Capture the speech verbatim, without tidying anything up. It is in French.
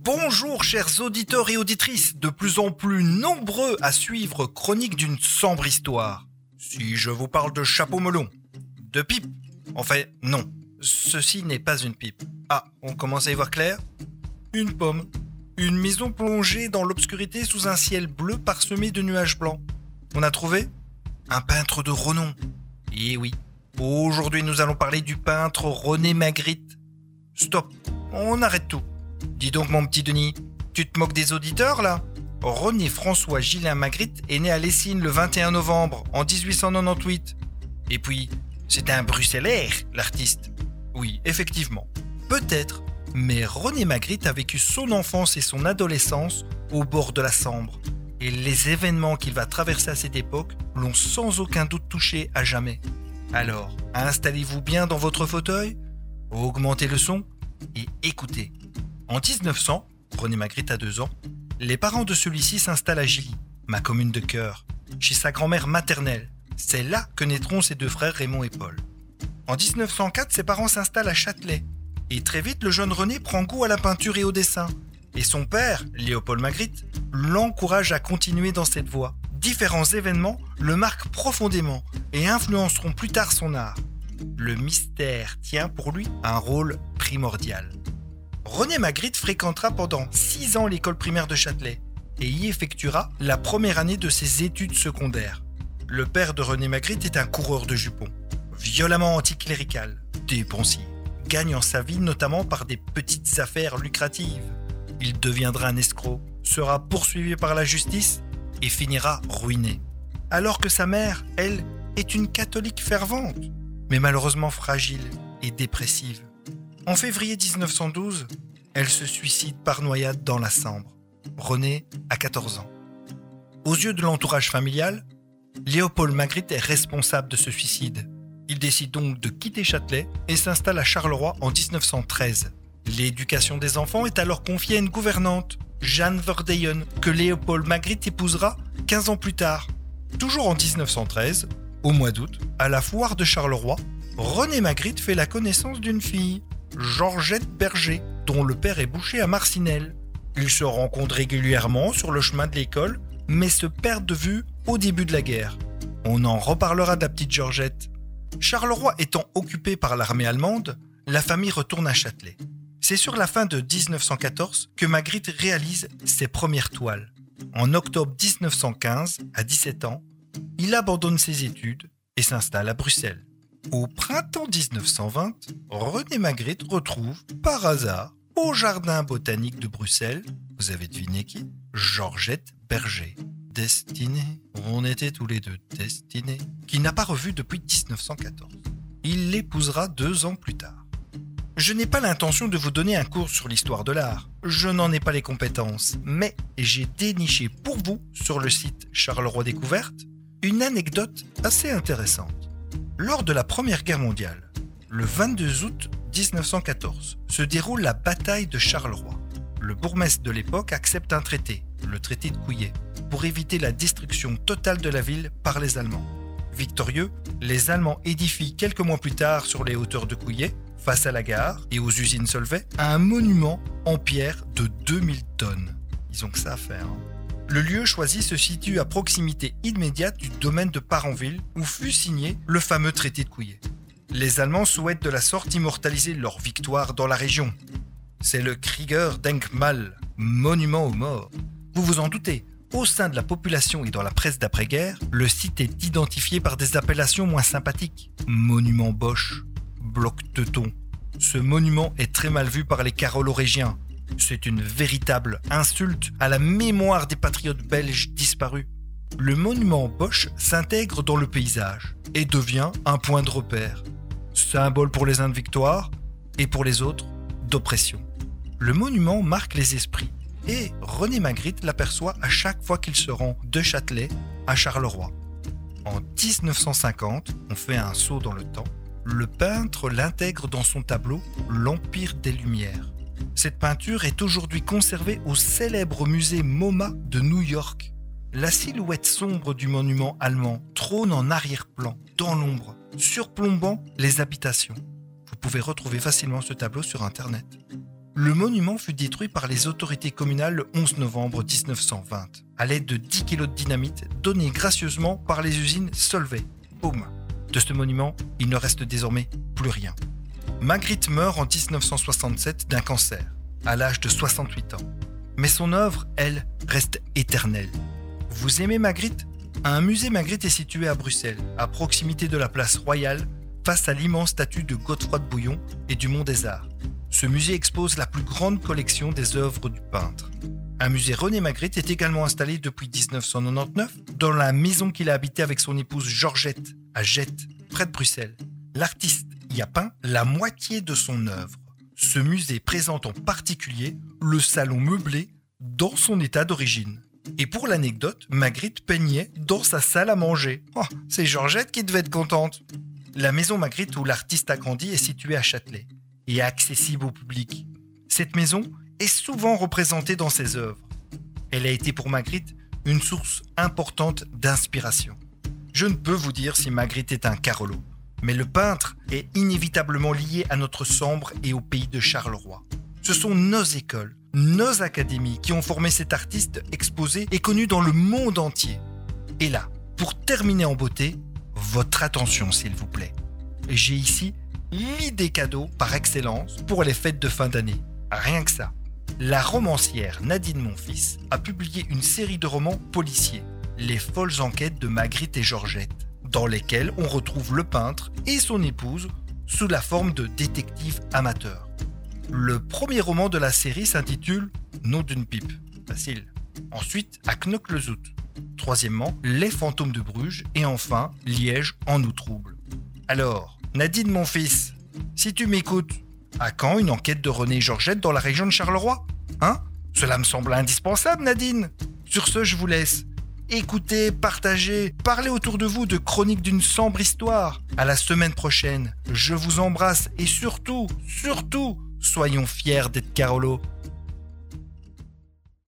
Bonjour chers auditeurs et auditrices, de plus en plus nombreux à suivre Chronique d'une sombre histoire. Si je vous parle de chapeau melon, de pipe, en fait non, ceci n'est pas une pipe. Ah, on commence à y voir clair ? Une pomme, une maison plongée dans l'obscurité sous un ciel bleu parsemé de nuages blancs. On a trouvé ? Un peintre de renom. Eh oui, aujourd'hui nous allons parler du peintre René Magritte. Stop, on arrête tout. Dis donc mon petit Denis, tu te moques des auditeurs là ? René François Ghislain Magritte est né à Lessines le vingt et un novembre en dix-huit cent quatre-vingt-dix-huit. Et puis, c'est un Bruxellaire, l'artiste. Oui, effectivement, peut-être, mais René Magritte a vécu son enfance et son adolescence au bord de la Sambre. Et les événements qu'il va traverser à cette époque l'ont sans aucun doute touché à jamais. Alors, installez-vous bien dans votre fauteuil, augmentez le son et écoutez. En dix-neuf cents, René Magritte a deux ans, les parents de celui-ci s'installent à Gilly, ma commune de cœur, chez sa grand-mère maternelle. C'est là que naîtront ses deux frères Raymond et Paul. En dix-neuf cent quatre, ses parents s'installent à Châtelet. Et très vite, le jeune René prend goût à la peinture et au dessin. Et son père, Léopold Magritte, l'encourage à continuer dans cette voie. Différents événements le marquent profondément et influenceront plus tard son art. Le mystère tient pour lui un rôle primordial. René Magritte fréquentera pendant six ans l'école primaire de Châtelet et y effectuera la première année de ses études secondaires. Le père de René Magritte est un coureur de jupons, violemment anticlérical, dépensier, gagnant sa vie notamment par des petites affaires lucratives. Il deviendra un escroc, sera poursuivi par la justice et finira ruiné. Alors que sa mère, elle, est une catholique fervente, mais malheureusement fragile et dépressive. En février dix-neuf cent douze, elle se suicide par noyade dans la Sambre. René a quatorze ans. Aux yeux de l'entourage familial, Léopold Magritte est responsable de ce suicide. Il décide donc de quitter Châtelet et s'installe à Charleroi en dix-neuf cent treize. L'éducation des enfants est alors confiée à une gouvernante, Jeanne Verdeyen, que Léopold Magritte épousera quinze ans plus tard. Toujours en dix-neuf cent treize, au mois d'août, à la foire de Charleroi, René Magritte fait la connaissance d'une fille, Georgette Berger, dont le père est boucher à Marcinelle. Ils se rencontrent régulièrement sur le chemin de l'école, mais se perdent de vue au début de la guerre. On en reparlera de la petite Georgette. Charleroi étant occupé par l'armée allemande, la famille retourne à Châtelet. C'est sur la fin de dix-neuf cent quatorze que Magritte réalise ses premières toiles. En octobre dix-neuf cent quinze, à dix-sept ans, il abandonne ses études et s'installe à Bruxelles. Au printemps dix-neuf cent vingt, René Magritte retrouve, par hasard, au jardin botanique de Bruxelles, vous avez deviné qui ? Georgette Berger. Destinée, on était tous les deux destinés, qu'il n'a pas revu depuis dix-neuf cent quatorze. Il l'épousera deux ans plus tard. Je n'ai pas l'intention de vous donner un cours sur l'histoire de l'art, je n'en ai pas les compétences, mais j'ai déniché pour vous, sur le site Charleroi Découverte, une anecdote assez intéressante. Lors de la Première Guerre mondiale, le vingt-deux août dix-neuf cent quatorze, se déroule la bataille de Charleroi. Le bourgmestre de l'époque accepte un traité, le traité de Couillet, pour éviter la destruction totale de la ville par les Allemands. Victorieux, les Allemands édifient quelques mois plus tard sur les hauteurs de Couillet, face à la gare et aux usines Solvay, un monument en pierre de deux mille tonnes. Ils ont que ça à faire. Hein. Le lieu choisi se situe à proximité immédiate du domaine de Parenville où fut signé le fameux traité de Couillet. Les Allemands souhaitent de la sorte immortaliser leur victoire dans la région. C'est le Kriegerdenkmal, monument aux morts. Vous vous en doutez, au sein de la population et dans la presse d'après-guerre, le site est identifié par des appellations moins sympathiques. Monument Bosch, bloc Teuton. Ce monument est très mal vu par les carolorégiens. C'est une véritable insulte à la mémoire des patriotes belges disparus. Le monument Bosch s'intègre dans le paysage et devient un point de repère, symbole pour les uns de victoire et pour les autres d'oppression. Le monument marque les esprits et René Magritte l'aperçoit à chaque fois qu'il se rend de Châtelet à Charleroi. En dix-neuf cent cinquante, on fait un saut dans le temps, le peintre l'intègre dans son tableau « L'Empire des Lumières ». Cette peinture est aujourd'hui conservée au célèbre musée MoMA de New York. La silhouette sombre du monument allemand trône en arrière-plan, dans l'ombre, surplombant les habitations. Vous pouvez retrouver facilement ce tableau sur Internet. Le monument fut détruit par les autorités communales le onze novembre dix-neuf cent vingt, à l'aide de dix kilos de dynamite donnés gracieusement par les usines Solvay. Boum. De ce monument, il ne reste désormais plus rien. Magritte meurt en dix-neuf cent soixante-sept d'un cancer, à l'âge de soixante-huit ans. Mais son œuvre, elle, reste éternelle. Vous aimez Magritte ? Un musée Magritte est situé à Bruxelles, à proximité de la place Royale, face à l'immense statue de Godefroy de Bouillon et du Mont des Arts. Ce musée expose la plus grande collection des œuvres du peintre. Un musée René Magritte est également installé depuis dix-neuf cent quatre-vingt-dix-neuf dans la maison qu'il a habitée avec son épouse Georgette, à Jette, près de Bruxelles. L'artiste y a peint la moitié de son œuvre. Ce musée présente en particulier le salon meublé dans son état d'origine. Et pour l'anecdote, Magritte peignait dans sa salle à manger. Oh, c'est Georgette qui devait être contente. La maison Magritte où l'artiste a grandi est située à Châtelet et accessible au public. Cette maison est souvent représentée dans ses œuvres. Elle a été pour Magritte une source importante d'inspiration. Je ne peux vous dire si Magritte est un Carolo, mais le peintre est inévitablement lié à notre Sambre et au pays de Charleroi. Ce sont nos écoles, nos académies qui ont formé cet artiste exposé et connu dans le monde entier. Et là, pour terminer en beauté, votre attention s'il vous plaît. J'ai ici l'idée cadeau par excellence pour les fêtes de fin d'année. Rien que ça. La romancière Nadine Monfils a publié une série de romans policiers, Les folles enquêtes de Magritte et Georgette, dans lesquels on retrouve le peintre et son épouse sous la forme de détectives amateurs. Le premier roman de la série s'intitule Nom d'une pipe. Facile. Ensuite, À Knokke-le-Zout. Troisièmement, Les fantômes de Bruges. Et enfin, Liège en nous trouble. Alors, Nadine Monfils, si tu m'écoutes, à quand une enquête de René et Georgette dans la région de Charleroi ? Hein ? Cela me semble indispensable, Nadine. Sur ce, je vous laisse. Écoutez, partagez, parlez autour de vous de Chroniques d'une sombre histoire. À la semaine prochaine. Je vous embrasse et surtout, surtout, soyons fiers d'être Carolo.